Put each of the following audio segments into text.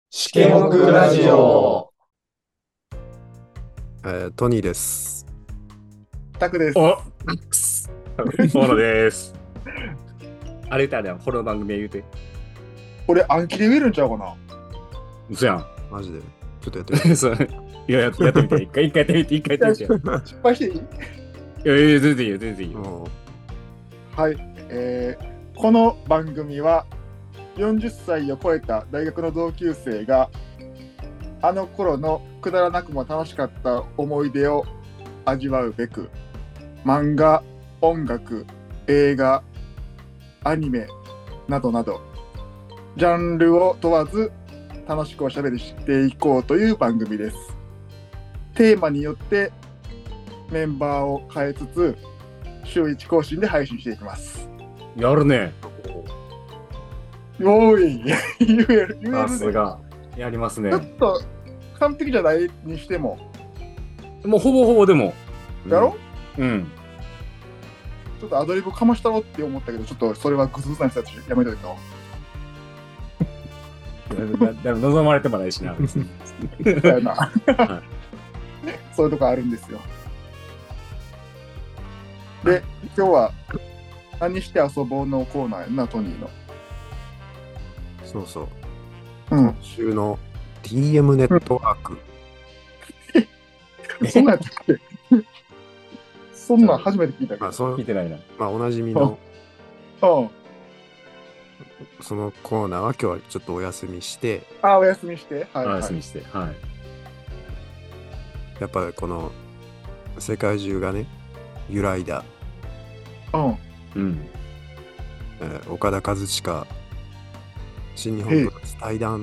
しけもくラジオ。 トニーです。 タクです。 お大野です。あれ言ったらこの番組言うて。 俺暗記で言えるんちゃうかな。 嘘やん。 マジで。ちょっとやってみて。 そういや、やってみて。一回やってみて。一回やってみて。 失敗していい？ いや、全然いいよ、全然いいよ。 はい、この番組は40歳を超えた大学の同級生があの頃のくだらなくも楽しかった思い出を味わうべく、漫画、音楽、映画、アニメなどなどジャンルを問わず楽しくおしゃべりしていこうという番組です。テーマによってメンバーを変えつつ週1更新で配信していきます。 やるね。 おい言えるさすが。やりますね。 ちょっと完璧じゃないにしてももうほぼほぼでも。 やろ、 うん。 ちょっとアドリブかましたろって思ったけど、ちょっとそれはグズグズな人たちやめといたわ。 でも望まれてもないしな。 だよなそういうとこあるんですよ。で、今日は何して遊ぼうのコーナーやんな、トニーの。 そうそう。 うん。 今週の TM ネットワーク。 そんなんやったっけそんなん初めて聞いたけど。 聞いてないな。 おなじみのうん。 そのコーナーは今日はちょっとお休みして、 お休みして。はい、 おはい。 休みして。はい。 やっぱりこの世界中がね、揺らいだ、 うん。 岡田和親新日本プロレス対談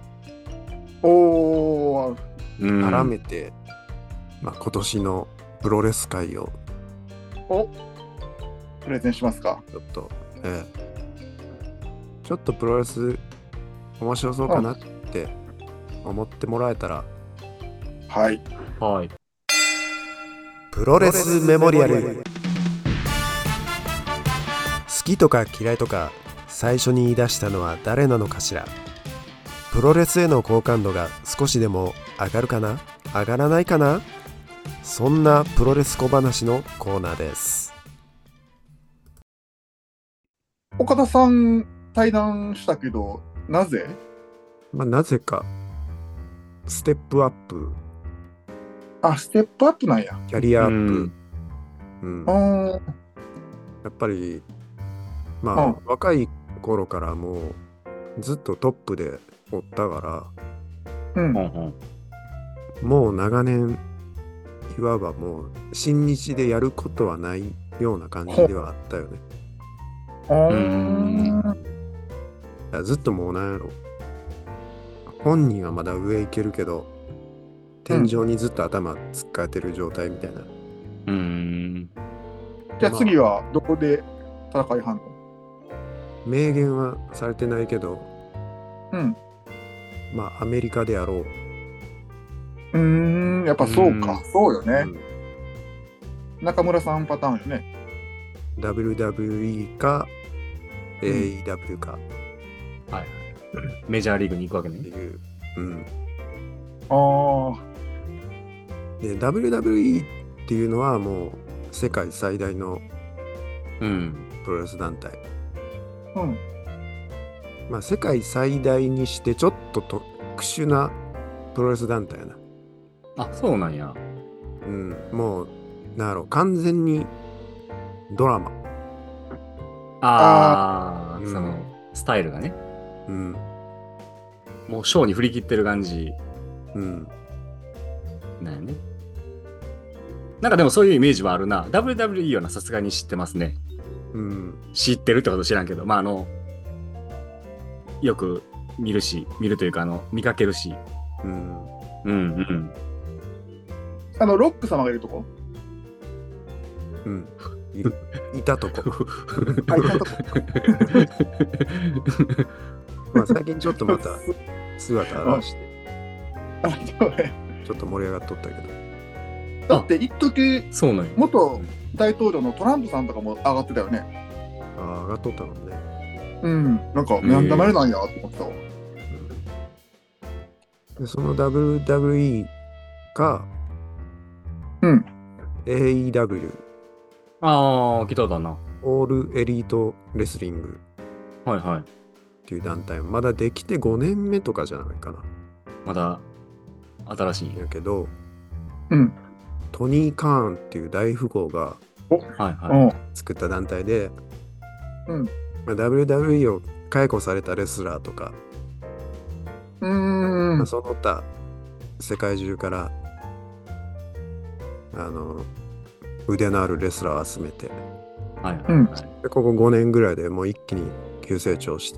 おー、 改めて、今年のプロレス界をプレゼンしますか。 ちょっとプロレス面白そうかなって思ってもらえたら、 はい。 はい。 プロレスメモリアル。好きとか嫌いとか最初に言い出したのは誰なのかしら。プロレスへの好感度が少しでも上がるかな、上がらないかな。そんなプロレス小話のコーナーです。 岡田さん対談したけど、なぜ？ なぜかステップアップ、 ステップアップなんや。 キャリアアップ、やっぱり若い頃からもうずっとトップでおったから、もう長年いわばもう新日でやることはないような感じではあったよね。ずっともうなんやろ、本人はまだ上行けるけど天井にずっと頭突っかえてる状態みたいな。 じゃあ次はどこで戦いはんの？ 明言はされてないけど、アメリカであろう。 やっぱそうか。そうよね。中村さんパターンよね。 WWE か AEW か。 はい。メジャーリーグに行くわけね。 っていう。で、WWE っていうのはもう世界最大のプロレス団体。世界最大にしてちょっと特殊なプロレス団体やな。 あ、そうなんや。 もうなんやろ、完全にドラマ。 そのスタイルがね。もうショーに振り切ってる感じ。なんやね。なんかでもそういうイメージはあるな。WWE はな、さすがに知ってますね。知ってるってこと知らんけど、よく見るというか見かけるし。 ロック様がいるとこ？ いたとこ。 いたとこ。 最近ちょっとまた姿現してちょっと盛り上がっとったけど。 だって一時そうなんや。 元大統領のトランプさんとかも上がってたよね。 上がっとったのね。 なんかなんだまれなんやと思ってたわ。 でその WWE か、AEW、 ああ、聞いたことあるな。 オールエリートレスリングはいはい。 っていう団体、まだできて5年目とかじゃないかな。 まだ新しい。 やけど、 うん。 トニー・カーンっていう大富豪がはいはい。 作った団体で、 うん。 WWE を解雇されたレスラーとか、その他世界中から腕のあるレスラーを集めて、 はいはいはい。 でここ5年ぐらいでもう一気に急成長して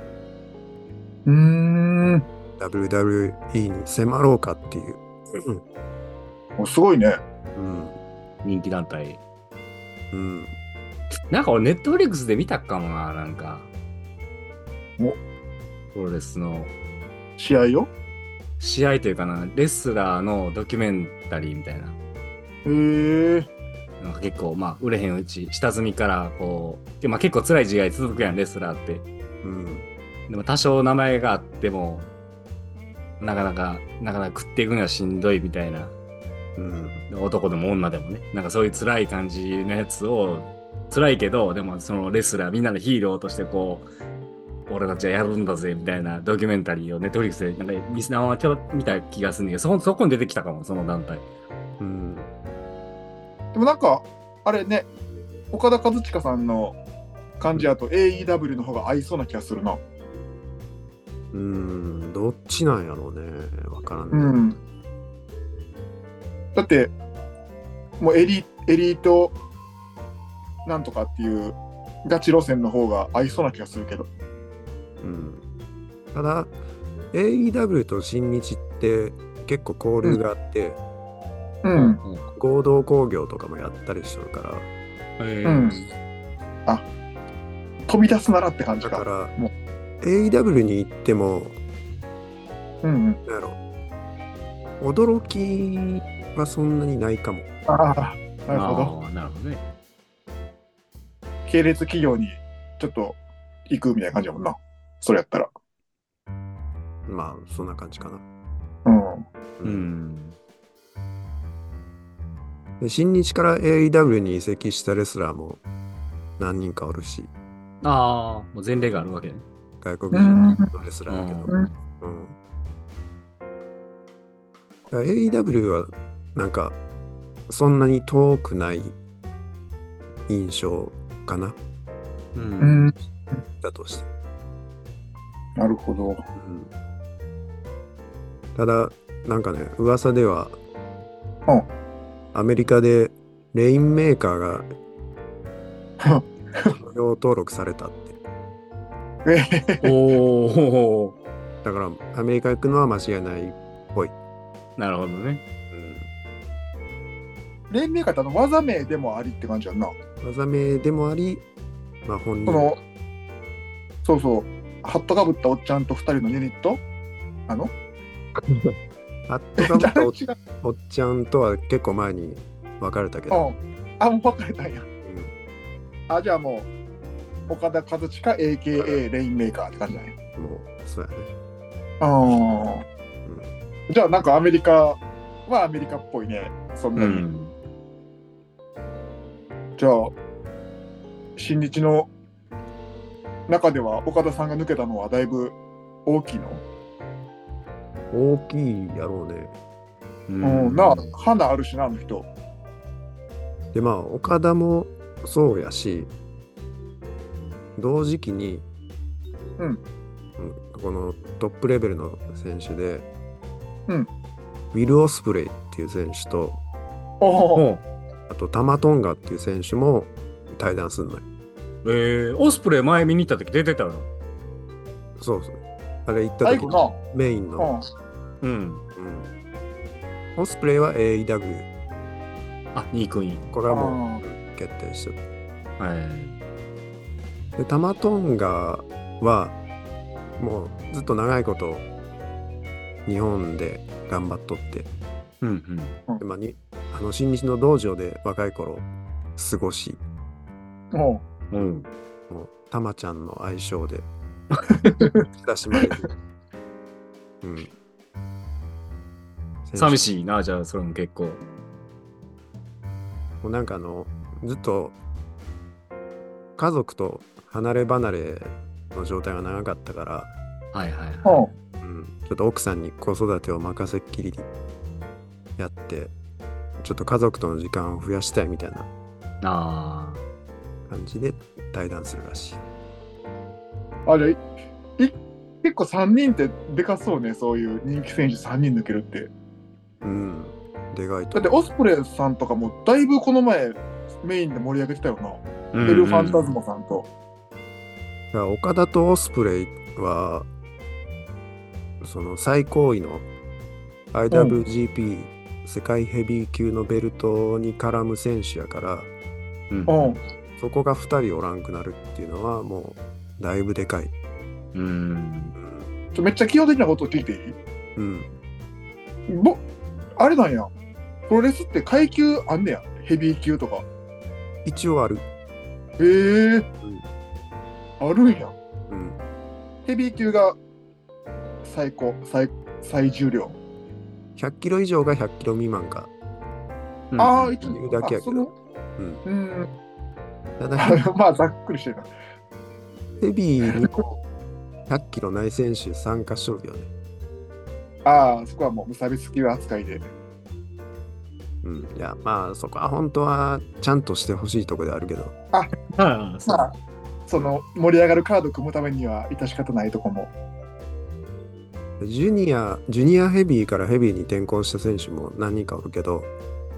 、WWE に迫ろうかっていう、 すごいね。 人気団体。 うん。 なんか俺ネットフリックスで見たかもな、なんか。プロレスの試合よ。 試合というかな、レスラーのドキュメンタリーみたいな。 へえ。 なんか結構、まあ、売れへんうち、下積みからこう、まあ結構辛い時代続くやん、レスラーって。でも多少名前があっても、なかなか食っていくのはしんどいみたいな。男でも女でもね。なんかそういう辛い感じのやつを、辛いけど、でもそのレスラー、みんなのヒーローとしてこう、俺たちはやるんだぜみたいなドキュメンタリーをネットフリックスでなんかリスナーはちょっと見た気がするんだけど、そこに出てきたかも、その団体。 でもなんか、あれね、岡田和親さんの感じだと AEW の方が合いそうな気がするな。 どっちなんやろうね。わからんね。 だって、もうエリートなんとかっていうガチ路線の方が合いそうな気がするけど。 ただ、AEW と新日って結構交流があって、合同興行とかもやったりしてるから、 あ、飛び出すならって感じか。 だから、AEW に行っても、なんやろ、驚きはそんなにないかも。 なるほど。 なるほどね。 系列企業にちょっと行くみたいな感じだもんな。それやったら。 まあ、そんな感じかな。で新日から AEW に移籍したレスラーも何人かおるし。 もう前例があるわけね。 外国人のレスラーだけど。AEW はなんかそんなに遠くない印象かな。だとして。 なるほど。 ただ、なんかね、噂では、アメリカでレインメーカーが商標登録されたって。だからアメリカ行くのは間違いないっぽい。 なるほどね。 レインメーカーって技名でもありって感じやんな。 技名でもあり、まあ本人。 そうそう。ハットかぶったおっちゃんと2人のユニットハットかぶったおっちゃんとは結構前に別れたけど。 もう別れたんや。じゃあもう、岡田和親 AKA レインメーカーって感じだね。 もう、そうやね。 じゃあなんかアメリカはアメリカっぽいね。そんなに。じゃあ、新日の中では岡田さんが抜けたのはだいぶ大きいの？ 大きいやろうね。 花あるしな、あの人。 で、まあ、岡田もそうやし、同時期に、このトップレベルの選手で、ウィル・オスプレイっていう選手と、あとタマトンガっていう選手も対談するのよ。 オスプレイ前見に行った時出てたの？ そうそう。あれ行った時のメインの。オスプレイは AEW。 に行くんや。 これはもう決定してる。で、タマトンガはもうずっと長いこと日本で頑張っとって、でまあ、新日の道場で若い頃過ごし、もうタマちゃんの愛称で親しまれる。 寂しいな、じゃあ、それも結構。 もうなんかずっと家族と離れ離れの状態が長かったから、 はいはいはい。 うん。 ちょっと奥さんに子育てを任せっきりやって、ちょっと家族との時間を増やしたいみたいなあ感じで対談するらしい。 あれ、結構3人ってでかそうね、そういう人気選手3人抜けるって。 でかいと。 だってオスプレイさんとかもだいぶこの前メインで盛り上げてたよな。 あ。 エルファンタズモさんと。 だから岡田とオスプレイはその最高位の IWGP、世界ヘビー級のベルトに絡む選手やから、そこが2人おらんくなるっていうのはもうだいぶでかい。 めっちゃ基本的なことを聞いていい？あれなんや。プロレスって階級あんねや。ヘビー級とか。 一応ある。 へえ。あるんや。 うん。 ヘビー級が最重量。 100キロ以上が100キロ未満か。 ああ、 一応だけやけど。ただまあ、ざっくりしてるな。 ヘビーにも100キロない選手参加しとるよね。 ああ、そこはもう無差別級扱いで。 いや、まあ、そこは本当はちゃんとしてほしいところであるけど。 その盛り上がるカード組むためには致し方ないとこも。 ジュニアヘビーからヘビーに転向した選手も何人かおるけど、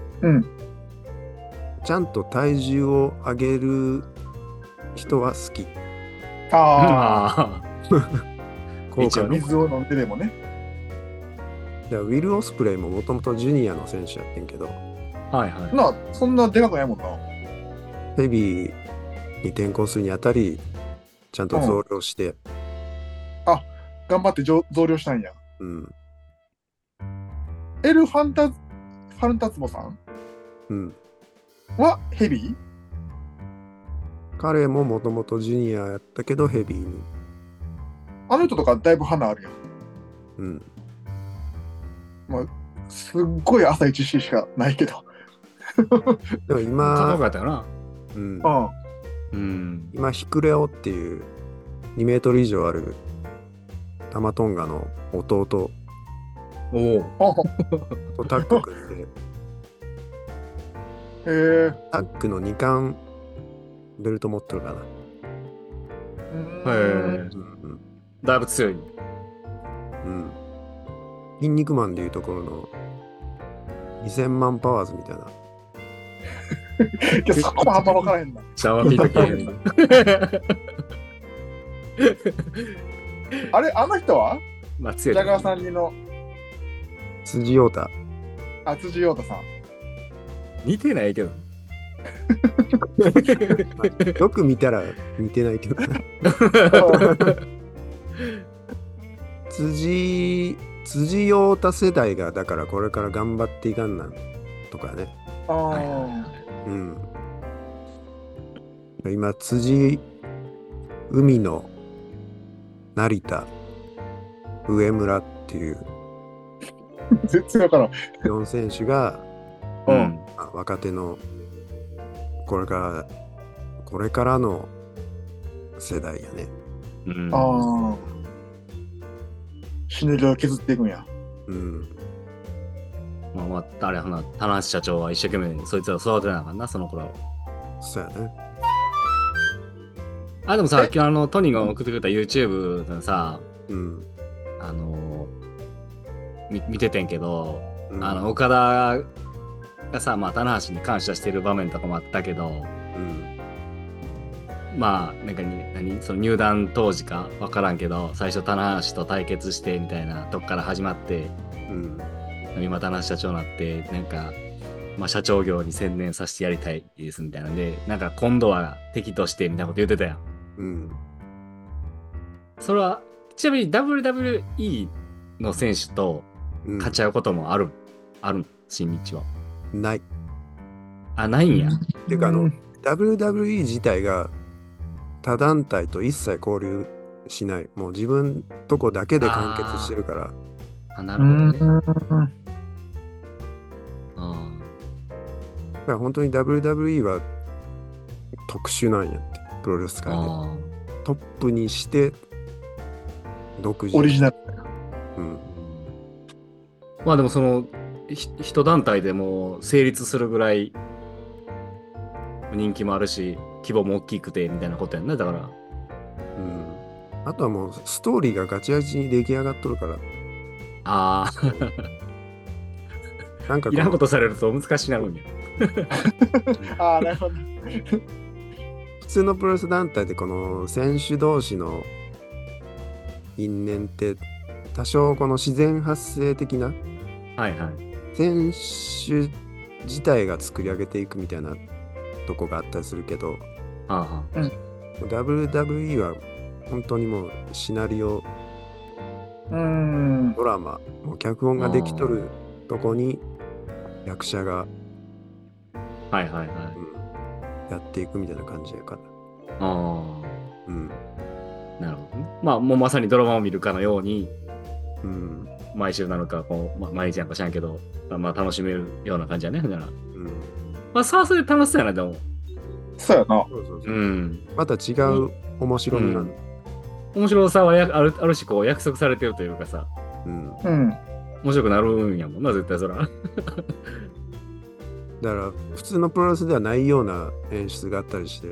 ちゃんと体重を上げる人は好き。 ああ。 一応ね。 水を飲んででもね。 ウィル・オスプレイももともとジュニアの選手やってんけど、 そんなでかくないもんな。 ヘビーに転向するにあたり、ちゃんと増量して。 頑張って増量したんや。エルファンタツモさんはヘビー？ 彼ももともとジュニアやったけどヘビーに。 あの人とかだいぶ花あるやん。まあ、すっごい朝一しかないけど。 でも今、 かっこよかったよな。 今、ヒクレオっていう2メートル以上あるタマトンガの弟とタッグ組んで、タッグの2冠ベルト持ってるかな。 だいぶ強い。 筋肉マンでいうところの2000万パワーズみたいな。 そこもあんま分からへんな。 シャワーピート系あれ、あの人は強い。 ジャガーさんにの辻陽太。 辻陽太さん。 似てないけど。 よく見たら似てないけど。辻陽太世代がだからこれから頑張っていかんなんとかね。今海の成田上村っていう全然わからん。 4選手が、若手のこれからの世代やね。 シネリを削っていくんや。 あれ棚橋社長は一生懸命そいつらを育てなあかんな、その頃。 そうやね。 でもさ、今日トニーが送ってくれた YouTube のさ、見ててんけど、岡田がさ、棚橋に感謝してる場面とかもあったけど、その入団当時か分からんけど、最初棚橋と対決してみたいなとこから始まって、今棚橋社長になって社長業に専念させてやりたいですみたいなんで、今度は敵としてみたいなこと言ってたやん。それはちなみに WWE の選手と勝ち合うこともある新日は。 ない。 ないんや。 てかWWE 自体が他団体と一切交流しない。もう自分とこだけで完結してるから。 なるほどね。 から本当に WWE は特殊なんやって、プロレス界で。トップにして独自。 オリジナル。 うん。 まあでもその一団体でも成立するぐらい人気もあるし規模も大きくてみたいなことやんね。だから、 うん、あとはもうストーリーがガチガチに出来上がっとるから。 ああなんかいらんことされると難しいなるんや。 ああ、なるほど。 普通のプロレス団体でこの選手同士の因縁って多少この自然発生的な、 はいはい。 選手自体が作り上げていくみたいなとこがあったりするけど、 はあはあ、 WWE は本当にもうシナリオ、ドラマ、もう脚本ができとるとこに役者が、 はいはいはい、 やっていくみたいな感じやから。 ああ、 うん。 なるほどね。まあもうまさにドラマを見るかのように、 うん、 毎週なのかこう、毎日なんか知らんけど、まあ楽しめるような感じやね。だから、まあさあそれ楽しそうやなでも。 そうやな。 そうそうそう。 うん。 また違う面白みがある。 面白さはあるしこう約束されてるというかさ、面白くなるんやもんな絶対そら。だから普通のプロレスではないような演出があったりして、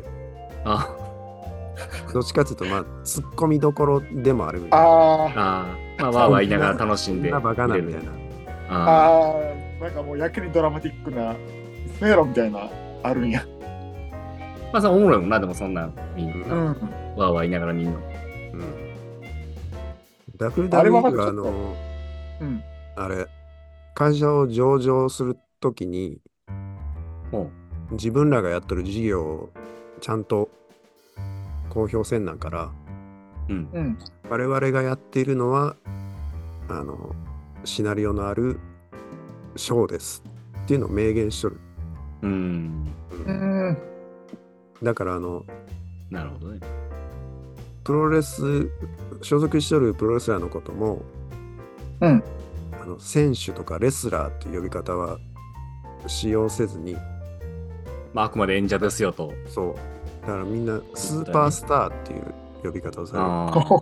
どっちかっていうとまあツッコミどころでもあるみたいな。 まあわーわー言いながら楽しんでバカなみたいな。 なんかもうやけにドラマティックなメロみたいなあるんや。 まあさおもろいもんなでもそんなんみんな、わーわー言いながらみんな。 WWE はあれ会社を上場するときに自分らがやっとる事業をちゃんと公表せんなんから、我々がやっているのはシナリオのあるショーですっていうのを明言しとる。だからなるほどね。 プロレス所属しとるプロレスラーのことも、選手とかレスラーという呼び方は使用せずに、 まああくまで演者ですよと。 そうだからみんなスーパースターっていう呼び方をされる。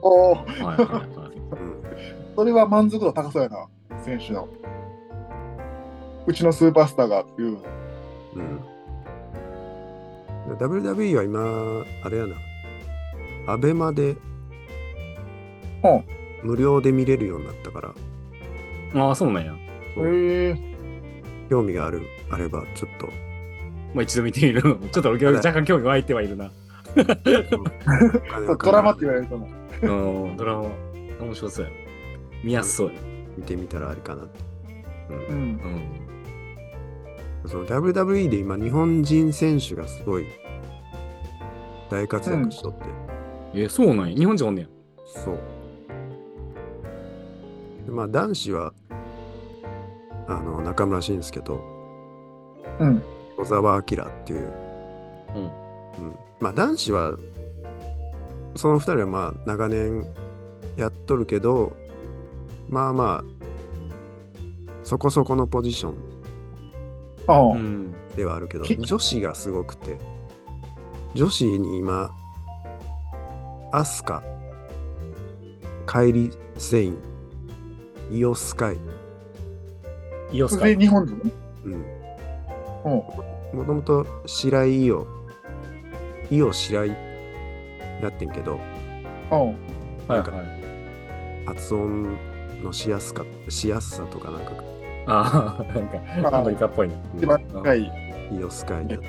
それは満足度高そうやな、選手の。うちのスーパースターがっていう。 WWE は今あれやな、アベマで無料で見れるようになったから。 ああそうなんや。 興味があればちょっとまあ一度見てみる。ちょっと若干興味湧いてはいるな。 ドラマって言われるとな。 ドラマ面白そうや。見やすそうや。 見てみたらあれかなって。その WWE で今日本人選手がすごい大活躍しとって。 そうなんや。日本人おんねや。 そう。まあ男子は中村慎介と小沢明っていう、まあ男子はその二人はまあ長年やっとるけど、まあまあそこそこのポジションではあるけど、女子がすごくて、女子に今アスカ、カイリ・セイン、イオスカイ。 イオスカイ。 日本人？ もともと白井イオ白井やってんけど、なんか発音のしやすさとかなんかなんかアメリカっぽいね。 一番高いイオスカイになって、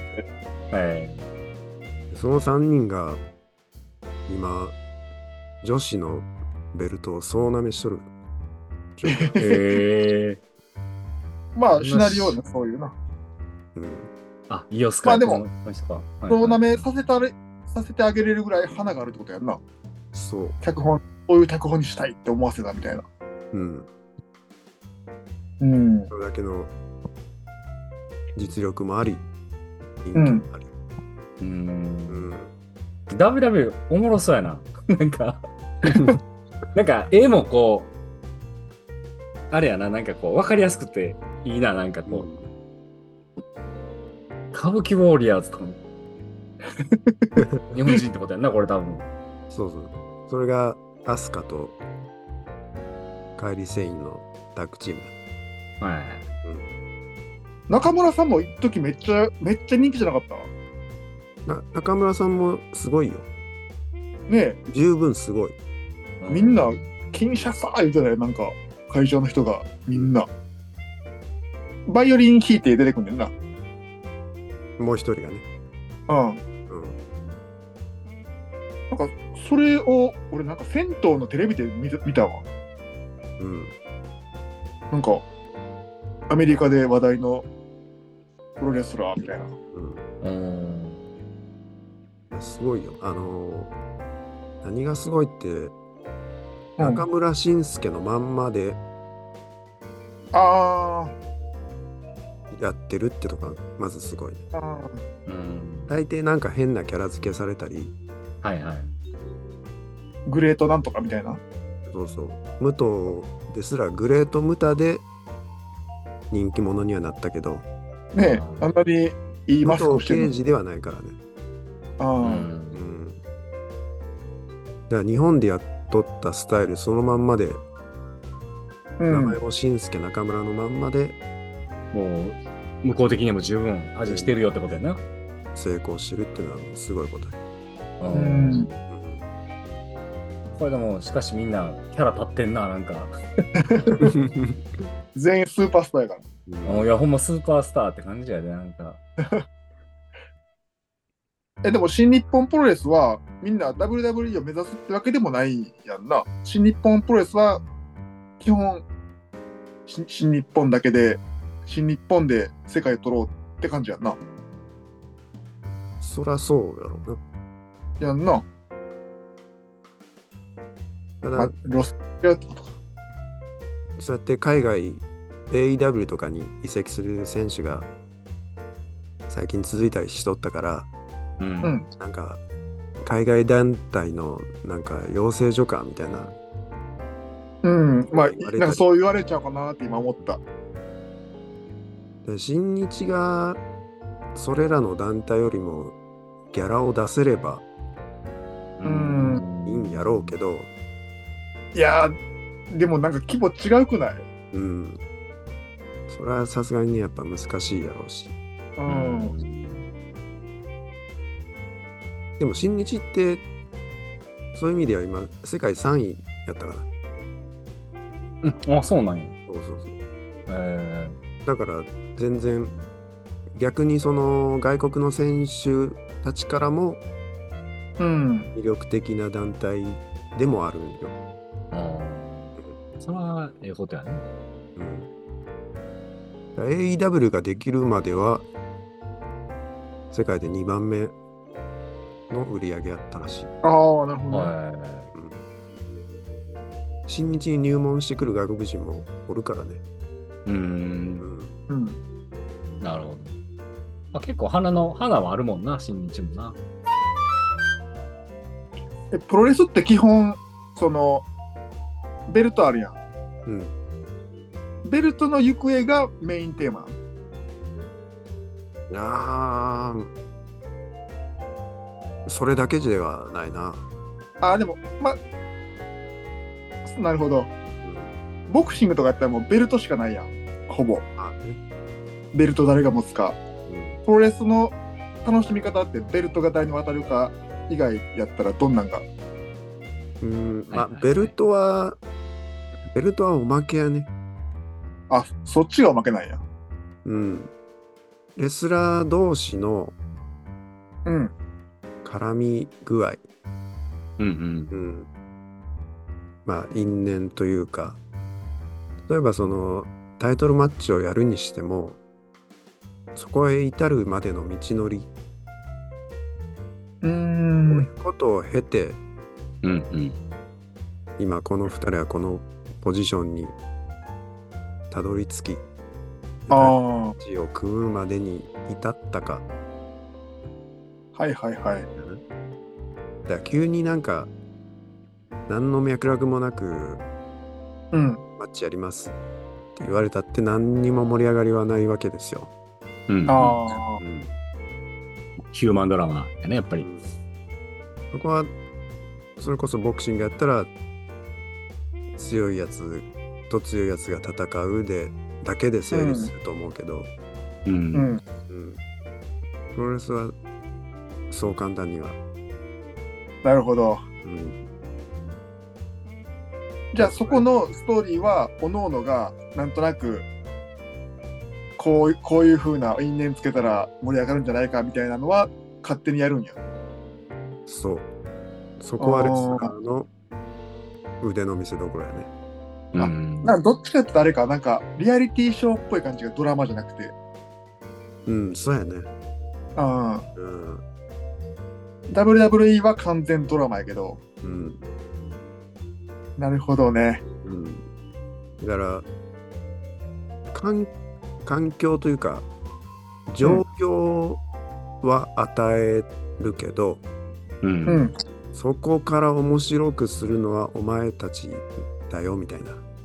その3人が今女子のベルトを総なめしとる。 まあシナリオでそういうな。 イオスカイ。 まあでも総なめさせてあげれるぐらい花があるってことやんな。 そう。 こういう脚本にしたいって思わせたみたいな。 それだけの実力もあり、人気もあり。 WW おもろそうやな。なんか絵もこうあれやな、なんかこう分かりやすくていいな、なんかこう、 歌舞伎ウォーリアーズとかも。日本人ってことやんな、これ多分。 そうそう。それがアスカとカイリ・セインのタッグチームだ。 はい。 中村さんも一時めっちゃ人気じゃなかった？ 中村さんもすごいよ。 ね十分すごい。 え、みんな、金シャさー言うてたよ、なんか、会場の人が、みんな。バイオリン弾いて出てくんねんな。 もう一人がね。 うん。 うん。 なんか、それを、俺なんか銭湯のテレビで見たわ。 うん。 なんか、アメリカで話題のプロレスラーみたいな。 すごいよ。何がすごいって、中村慎介のまんまであやってるってとこがまずすごい。 あ。 大抵なんか変なキャラ付けされたり、 はいはい。 グレートなんとかみたいな。 そうそう。武藤ですらグレートムタで人気者にはなったけど、 ねえ、あんなにいいマスク武藤してる刑事ではないからね。 ああ、 うん。だから日本でやっとったスタイルそのまんまで、名前も慎介中村のまんまでもう、向こう的にも十分味してるよってことやな。 成功してるっていうのはすごいことだよ。 これでも、しかしみんなキャラ立ってんな、なんか。 全員スーパースターやから。 いや、ほんまスーパースターって感じやで、なんか。 でも新日本プロレスはみんな WWE を目指すってわけでもないやんな。新日本プロレスは基本新日本だけで、新日本で世界を取ろうって感じやんな。 そらそうやろうな。 やんな。 ただ、 ロスやってことか。 そうやって海外 AEW とかに移籍する選手が最近続いたりしとったから、なんか海外団体のなんか養成所かみたいな、 まあなんかそう言われちゃうかなって今思った。 で新日がそれらの団体よりもギャラを出せればいいんやろうけど、 いやでもなんか規模違うくない？ それはさすがにやっぱ難しいやろうし。でも新日ってそういう意味では今世界3位やったから。 あ、そうなんや。 そうそうそう。だから全然逆にその外国の選手たちからも魅力的な団体でもあるんよ。 それはええことやね。 AEW ができるまでは世界で2番目の売り上げやったらしい。 ああ、なるほど、 新日に入門してくる外国人もおるからね。 なるほど。結構花はあるもんな、新日もな。 プロレスって基本そのベルトあるやん。ベルトの行方がメインテーマ。 それだけではないな。 でもなるほど。ボクシングとかやったらもうベルトしかないやん、ほぼ。ベルト誰が持つか。プロレスの楽しみ方ってベルトが誰に渡るか以外やったらどんなんか。 ベルトはおまけやね。 そっちがおまけなんや。 レスラー同士の絡み具合、因縁というか、例えばそのタイトルマッチをやるにしてもそこへ至るまでの道のり、こういうことを経て、今この2人はこのポジションにたどり着き、マッチを組むまでに至ったか。 だから急になんか何の脈絡もなくマッチやりますって言われたって何にも盛り上がりはないわけですよ。 ヒューマンドラマやね、やっぱり。 そこはそれこそボクシングやったら強いやつと強いやつが戦うでだけで成立すると思うけど、 うん。 プロレスはそう簡単には、 なるほど。じゃあそこのストーリーは各々がなんとなくこういう風な因縁つけたら盛り上がるんじゃないかみたいなのは勝手にやるんや。 そこはレスラーの腕の見せ所やね。 なんかどっちかって誰かなんかリアリティショーっぽい感じがドラマじゃなくて。 そうやね。 WWE は完全ドラマやけど。なるほどね。 だから環境というか状況は与えるけど、そこから面白くするのはお前たちだよみたい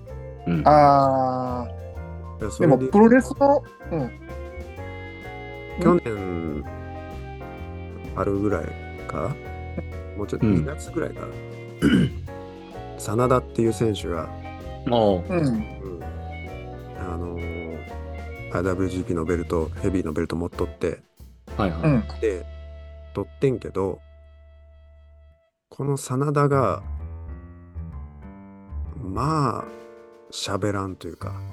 な。 でもプロレスの、 去年春ぐらいか、もうちょっと2月ぐらいか、真田っていう選手が、IWGP のベルト、ヘビーのベルト持っとって、で、取ってんけど、この真田が、まあ、喋らんというか、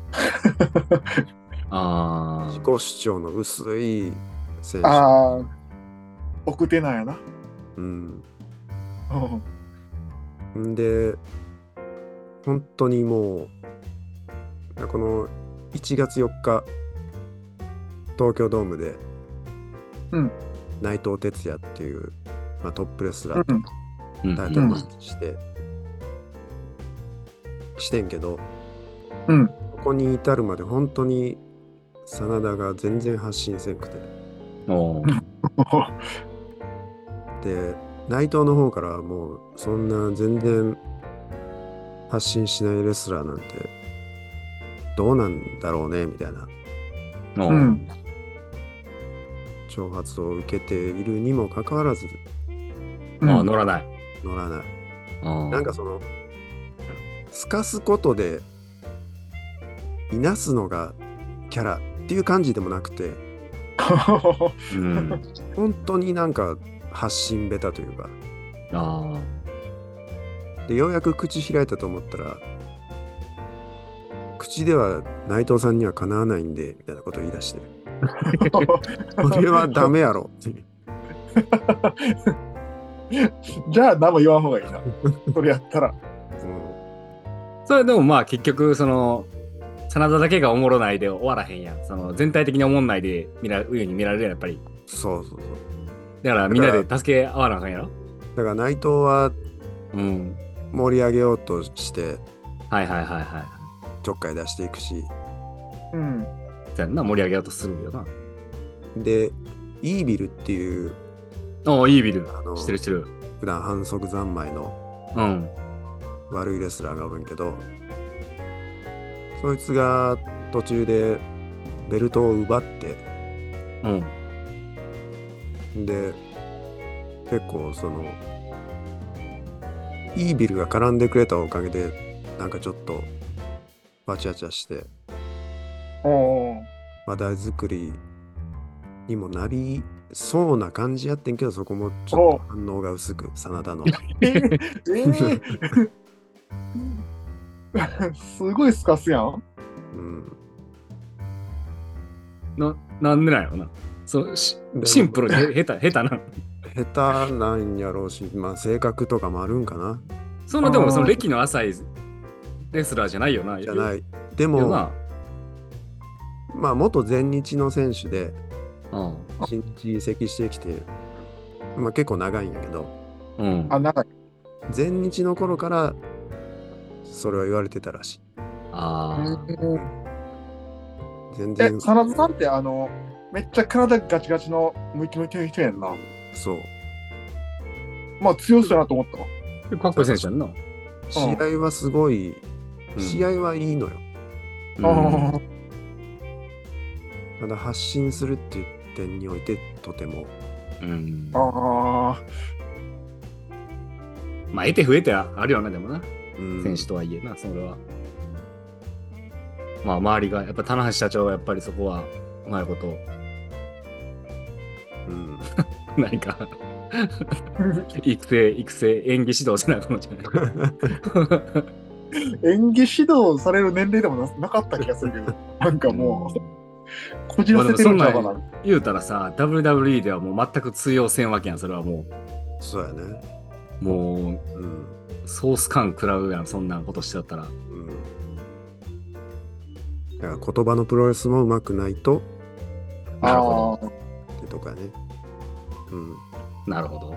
自己主張の薄い選手。 奥手なんやな。 で、本当にもう、この1月4日、東京ドームで、内藤哲也っていう、トップレスラーとタイトルマッチしてんけど、ここに至るまで本当に真田が全然発信せんくて。で、内藤の方からはもうそんな全然発信しないレスラーなんてどうなんだろうねみたいな挑発を受けているにもかかわらず、 乗らない。 なんかその透かすことでいなすのがキャラっていう感じでもなくて、本当になんか発信ベタというか、でようやく口開いたと思ったら、口では内藤さんにはかなわないんでみたいなことを言い出して、これはダメやろっていう。 じゃあ何も言わん方がいいな。それやったら。 それでもまあ結局その真田だけがおもろないで終わらへんやん。その全体的におもんないで上に見られるやん、やっぱり。 そうだからみんなで助け合わなあかんやろ。 だから内藤は盛り上げようとしてちょっかい出していくし、 じゃあな、盛り上げようとするよな。 でイービルっていう、 イービルしてる普段反則三昧の悪いレスラーがおるんけど、そいつが途中でベルトを奪って、で結構そのイービルが絡んでくれたおかげでなんかちょっとバチャチャして話題作りにもなりそうな感じやってんけど、そこもちょっと反応が薄く、真田のすごいスカスやん。 なんでなんやろな。シンプルで下手な。 下手なんやろうし、性格とかもあるんかな。 でもその歴の浅いレスラーじゃないよな。 じゃない。でも元全日の選手で新日移籍してきて、結構長いんやけど、 長い。 全日の頃からそれは言われてたらしい。全然。 真田さんってめっちゃ体ガチガチのムキムキの人やんな。 そう。 強そうやなと思ったわ。 かっこいい選手やんな。 試合はすごい、試合はいいのよ。ただ発信するっていう点においてとてもうん。 ああ。 まあ、得て増えてあるよな、でもな。 うん、 選手とはいえな、それは。まあ、周りが、やっぱ、棚橋社長はやっぱりそこは、うまいこと、 うん、 何か育成、演技指導しないかもしれない。 演技指導される年齢でもなかった気がするけど、なんかもう、こじまあでもらせてそんなんるんちゃうかな。 言うたらさ、WWE ではもう全く通用せんわけやん、それはもそうやね。 う、もうん、 う、ソース感食らうやん、そんなことしちゃったら。 うん。だから言葉のプロレスも上手くないと、 なるほど。 ってとかね。うん。 なるほど。 だ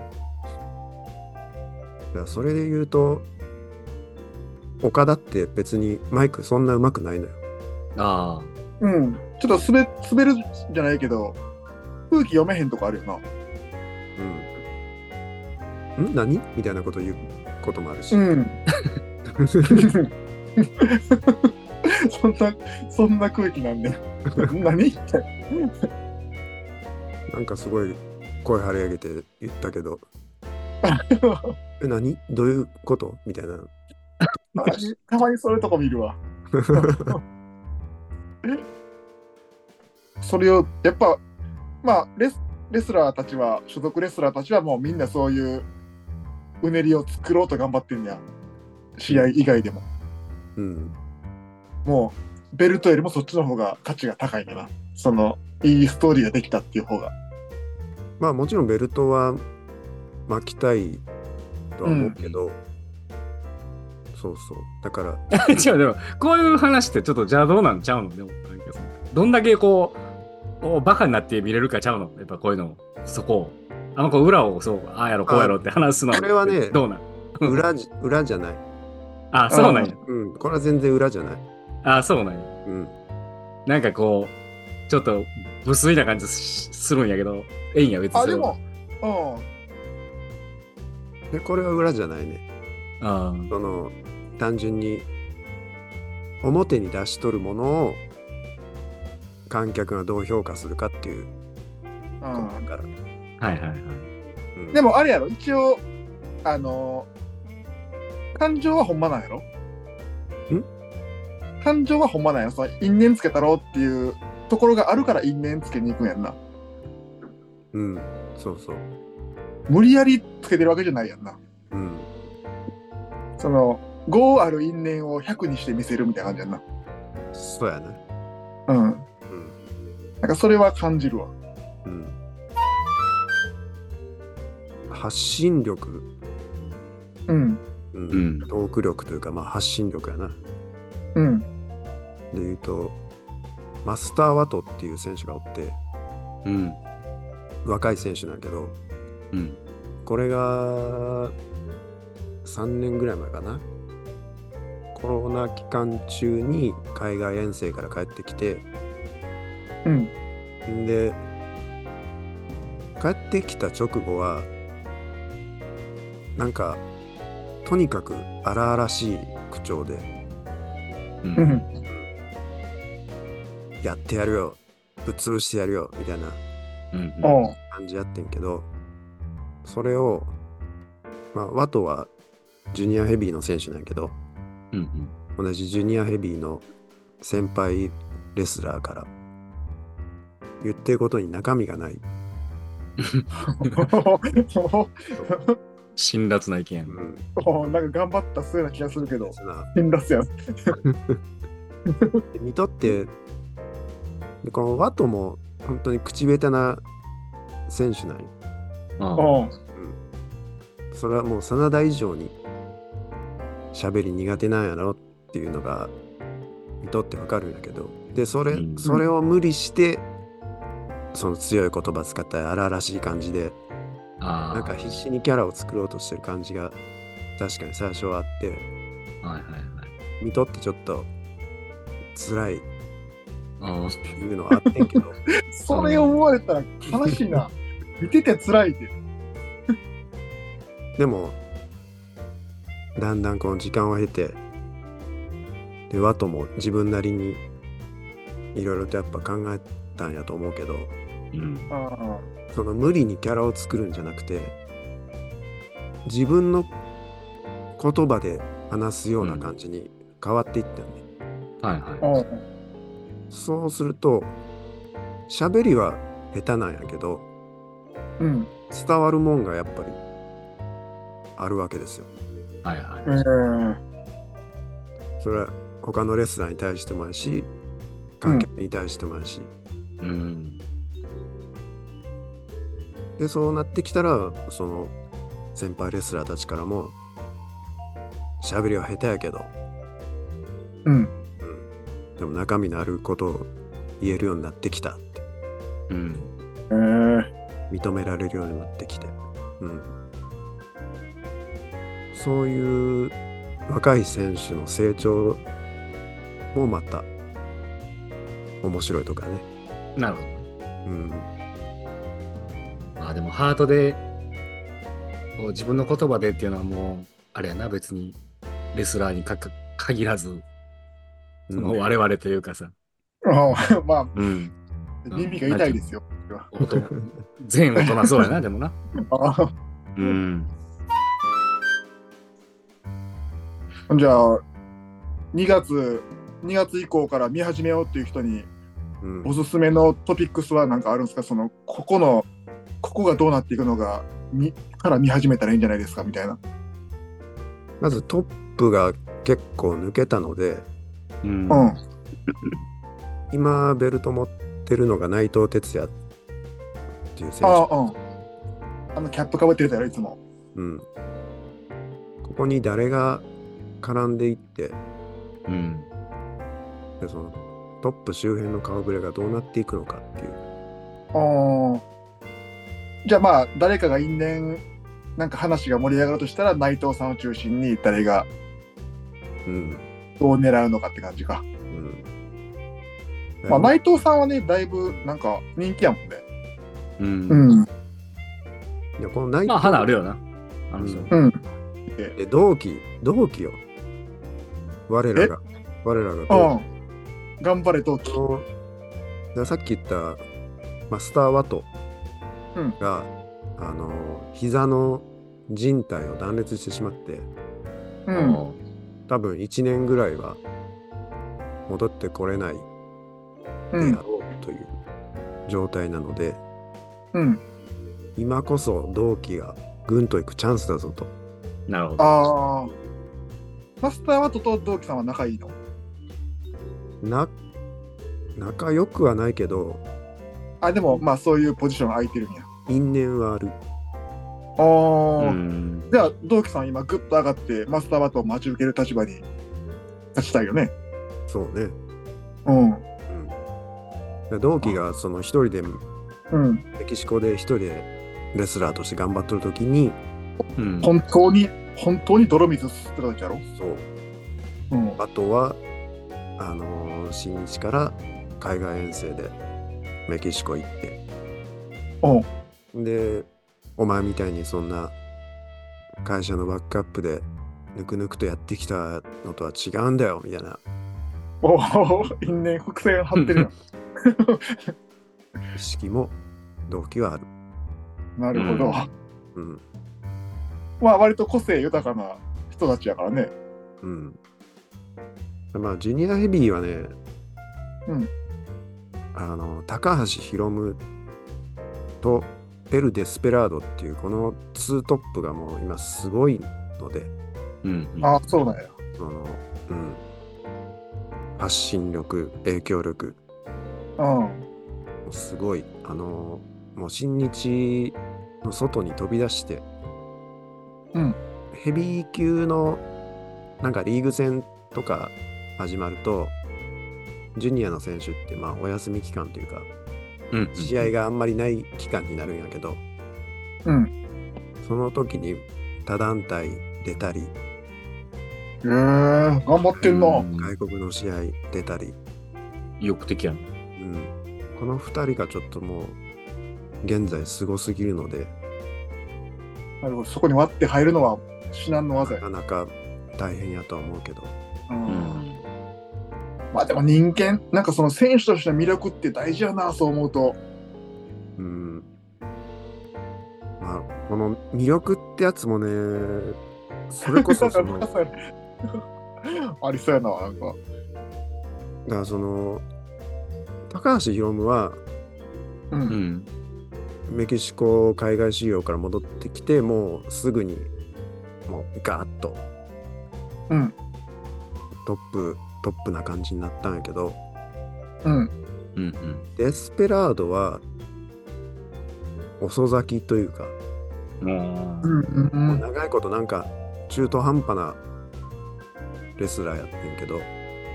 からそれで言うと、岡田って別にマイクそんな上手くないのよ。 あうん。ちょっと滑るじゃないけど、空気読めへんとこあるよな。 うん。何みたいなこと言うこともあるし。 うん。そんな空気なんで。何って。 なんかすごい声張り上げて言ったけど、何どういうことみたいな。 たまにそういうとこ見るわ。それを、やっぱ、まあレスラーたちは、所属レスラーたちはもうみんなそういううねりを作ろうと頑張ってんや。試合以外でも。 うん。 もう、ベルトよりもそっちの方が価値が高いんだな。その、いいストーリーができたっていう方が。 まあもちろんベルトは巻きたいとは思うけど、そうそう。だから。 違う、でも、こういう話ってちょっとじゃあどうなんちゃうのでも、なんかどんだけこう、バカになって見れるかちゃうのやっぱこういうの、そこを。あの子裏をそう、ああやろ、こうやろって話すの。 これはね、 どうなん裏じゃない。 あ、そうなんや。 うん、これは全然裏じゃない。 あ、そうなんや。 うん。 なんかこう、ちょっと無粋な感じするんやけど、ええんや、別に。 あ、でも、 で、これは裏じゃないね。 その、単純に、表に出しとるものを、観客がどう評価するかっていうことだから。 はいはいはい。 うん、でもあれやろ、一応、感情はほんまなんやろ？感情はほんまなんやろ？その因縁つけたろうっていうところがあるから因縁つけに行くんやんな。 うん、そうそう。 無理やりつけてるわけじゃないやんな。 うん。 その、5ある因縁を100にして見せるみたいな感じやんな。 そうやね。 うん。なんかそれは感じるわ。 うん。発信力。 うん。 うん。トーク力というか、まあ発信力やな。 うん。 で言うと、マスター・ワトっていう選手がおって、 うん。 若い選手なんやけど、 うん。 これが3年ぐらい前かな。コロナ期間中に海外遠征から帰ってきて、 うん。 で、帰ってきた直後は、なんか、とにかく荒々しい口調で、 うん、 やってやるよ、ぶっ潰してやるよ、みたいな感じやってんけど、それを、まあ、ワトはジュニアヘビーの選手なんやけど、同じジュニアヘビーの先輩レスラーから言ってることに中身がない。 辛辣な意見。 なんか頑張ったそうな気がするけど、辛辣や。 見とって、このワトも本当に口下手な選手なんよ。それはもう真田以上に喋り苦手なんやろっていうのが見とってわかるんだけど、でそれを無理してその強い言葉使った荒々しい感じでなんか必死にキャラを作ろうとしてる感じが確かに最初はあって、見とってちょっと辛いっていうのはあってんけどそれ思われたら悲しいな。見てて辛いってでもだんだんこの時間を経て、でワトも自分なりにいろいろとやっぱ考えたんやと思うけど、 その無理にキャラを作るんじゃなくて、自分の言葉で話すような感じに変わっていったよね。 はいはい。 そうすると喋りは下手なんやけど、伝わるもんがやっぱりあるわけですよ。 はいはい。 それは他のレスラーに対してもやし、観客に対してもやし、でそうなってきたら、その先輩レスラーたちからも喋りは下手やけど、でも中身のあることを言えるようになってきたって、認められるようになってきて、そういう若い選手の成長もまた面白いとかね。 なるほど。まあでもハートでこう自分の言葉でっていうのはもうあれやな、別にレスラーに限らず、その我々というかさ、 まあ、耳が痛いですよ。 全大人そうやな、でもな。 じゃあ2月以降から見始めようっていう人に、おすすめのトピックスは何かあるんですか？そのここがどうなっていくのがから見始めたらいいんじゃないですかみたいな。 まずトップが結構抜けたので、今ベルト持ってるのが内藤哲也っていう選手。 キャップかぶってるやろいつも。 ここに誰が絡んでいって、でそのトップ周辺の顔ぶれがどうなっていくのかっていう。 じゃあまあ誰かが因縁なんか話が盛り上がるとしたら内藤さんを中心に誰がどう狙うのかって感じか。まあ内藤さんはねだいぶなんか人気やもんね。 いやこの内藤、 まあ花あるよな。 同期よ。我らが頑張れ同期。 さっき言ったマスター・ワトが、膝の靭帯を断裂してしまって、多分1年ぐらいは戻ってこれないであろうという状態なので、今こそ同期がぐんといくチャンスだぞと。 なるほど。 マスター・ワトと同期さんは仲いいの？ 仲良くはないけど、 でもまあそういうポジション空いてるんや。 因縁はある。 じゃあ同期さん今グッと上がってマスター・ワトを待ち受ける立場に立ちたいよね。 そうね。同期がその一人で、メキシコで一人でレスラーとして頑張ってる時に、 本当に泥水吸ってた時やろ。 そう。あとは新日から海外遠征でメキシコ行って、でお前みたいにそんな会社のバックアップでぬくぬくとやってきたのとは違うんだよみたいな。 因縁伏線張ってるよ。 意識も動機はある。 なるほど。まあ割と個性豊かな人たちやからね。 まあジュニアヘビーはね、高橋宏夢とエル・デスペラードっていうこの2トップがもう今すごいので、 そうなんや。 発信力、影響力、すごいもう新日の外に飛び出して、ヘビー級のなんかリーグ戦とか始まるとジュニアの選手ってまあお休み期間というか、試合があんまりない期間になるんやけど、その時に他団体出たり、 頑張ってんの。 外国の試合出たり、 意欲的やん。 この2人がちょっともう現在すごすぎるので、 なるほど、そこに割って入るのは至難の技や。 なかなか大変やとは思うけど、 まあでも人間なんかその選手としての魅力って大事やな、そう思うと。 うん。まあ、この魅力ってやつもね、それこそその、だかありそうやな、なんか。 らその、高橋宏夢は、 うん。 メキシコ海外修行から戻ってきて、もうすぐに、もうガーッと、 うん。 トップな感じになったんやけど、 うん。 デスペラードは、遅咲きというか、もう長いことなんか中途半端なレスラーやってんけど、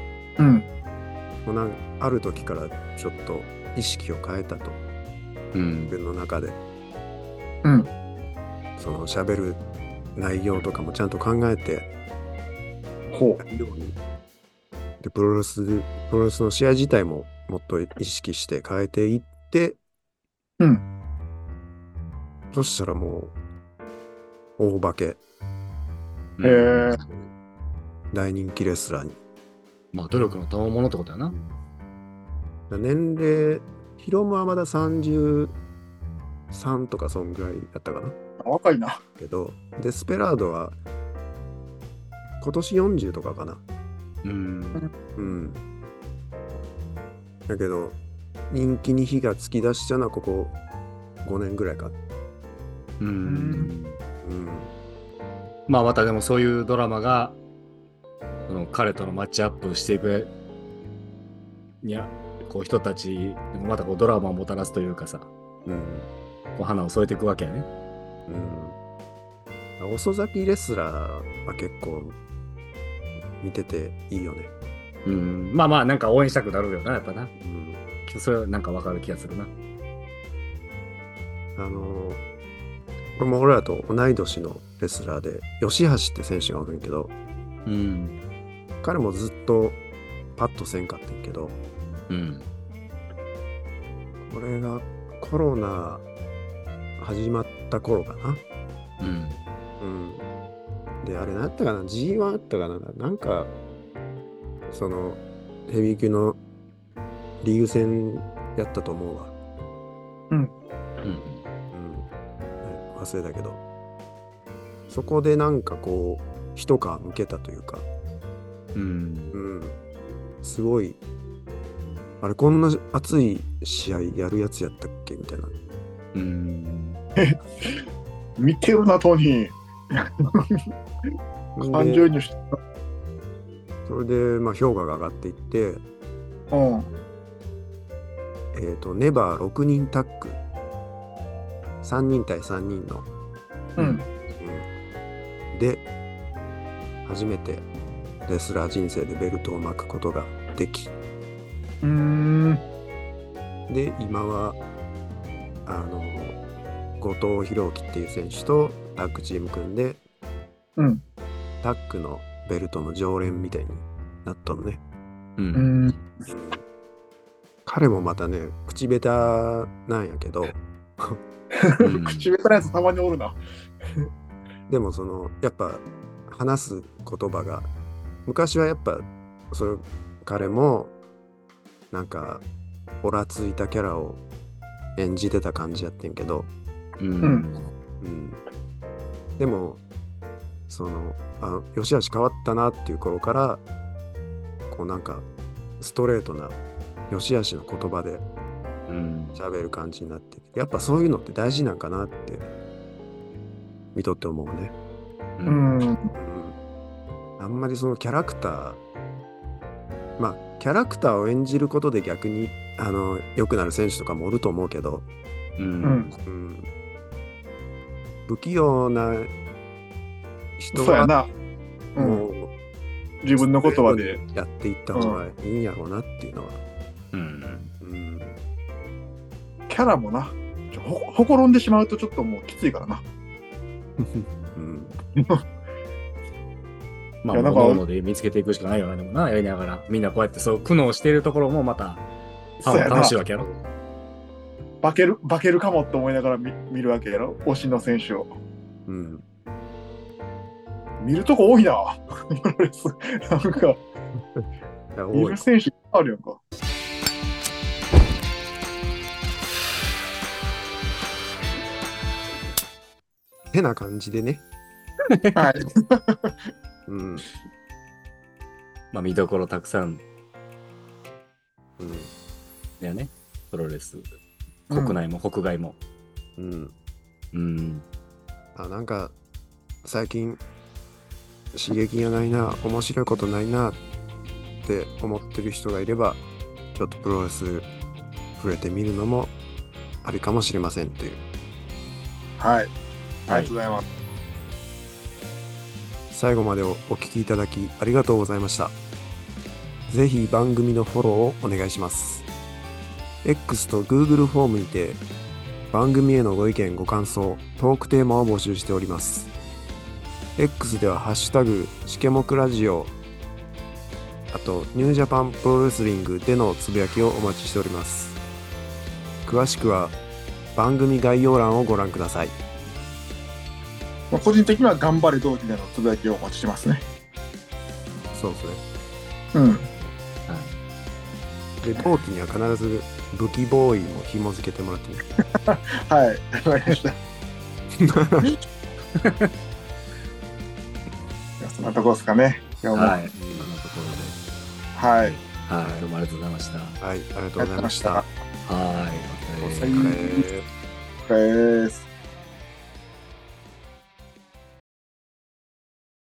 もうある時からちょっと意識を変えたと、自分の中で、その喋る内容とかもちゃんと考えてやるように、でプロレスの試合自体ももっと意識して変えていって、そしたらもう大化け、大人気レスラーに。 まあ努力の賜物ってことやな。 年齢、ヒロムはまだ33とかそんぐらいだったかな。 若いな。 けど、デスペラードは今年40とかかな。だけど、人気に火がつき出したのはここ5年ぐらいか。 まあまたでもそういうドラマがその彼とのマッチアップしていくにゃこう人たちにもまたこうドラマをもたらすというかさ、こう花を添えていくわけやね。 遅咲きレスラーは結構見てていいよね。 まあまあなんか応援したくなるよなやっぱな。それはなんかわかる気がするな。 これも俺らと同い年のレスラーで吉橋って選手がおるんけど、彼もずっとパッとせんかったんけど、これがコロナ始まった頃かな。で、あれ何やったかな、 G1 あったかな、なんかそのヘビー級のリーグ戦やったと思うわ。忘れたけど、そこでなんかこう一皮むけたというか、すごい、あれこんな熱い試合やるやつやったっけみたいな。 見てるなトニー。感情にして。 それでまあ評価が上がっていって、ネバー6人タッグ、3人対3人の、で初めてレスラー人生でベルトを巻くことができ、で今は後藤弘樹っていう選手とタッグチーム組んで、タッグのベルトの常連みたいになったのね。彼もまたね口下手なんやけど口下手なやつたまにおるな。 でもそのやっぱ話す言葉が、昔はやっぱそれ彼もなんかオラついたキャラを演じてた感じやってんけど、でもその吉橋変わったなっていう頃からこうなんかストレートな吉橋の言葉で喋る感じになって、やっぱそういうのって大事なんかなって見とって思うね。あんまりそのキャラクター、まあキャラクターを演じることで逆に良くなる選手とかもおると思うけど、不器用な人はもう自分の言葉でやっていった方がいいんやろうなっていうのは。 キャラもな、ほころんでしまうとちょっともうきついからな。 まあ、なんか各々で見つけていくしかないよな、でもな、やりながら。みんなこうやってそう苦悩しているところもまた楽しいわけやろ。 化けるかもって思いながら見るわけやろ、推しの選手を。見るとこ多いな。なんか、見る選手あるやんか。 変な感じでね。 はい。 うん。 まあ見どころたくさんうん。 だよね。プロレス。国内も国外も。 うん。 うん。 なんか、最近、刺激がないな、面白いことないなって思ってる人がいれば、ちょっとプロレス触れてみるのもありかもしれませんという。 はい。ありがとうございます。 最後までお聞きいただきありがとうございました。ぜひ番組のフォローをお願いします。X と Google フォームにて番組へのご意見ご感想、トークテーマを募集しております。X ではハッシュタグしけもくラジオ、あとニュージャパンプロレスリングでのつぶやきをお待ちしております。詳しくは番組概要欄をご覧ください。 個人的には頑張れ同期でのつぶやきをお待ちしてますね。 そうですね。 うん。 で、同期には必ず武器ボーイも紐付けてもらってね。 はい、わかりました。そんなところですかね。今日も。 はい。そんなところで。 はい。 はい。どうもありがとうございました。 はい、ありがとうございました。 はい。 お疲れ様です。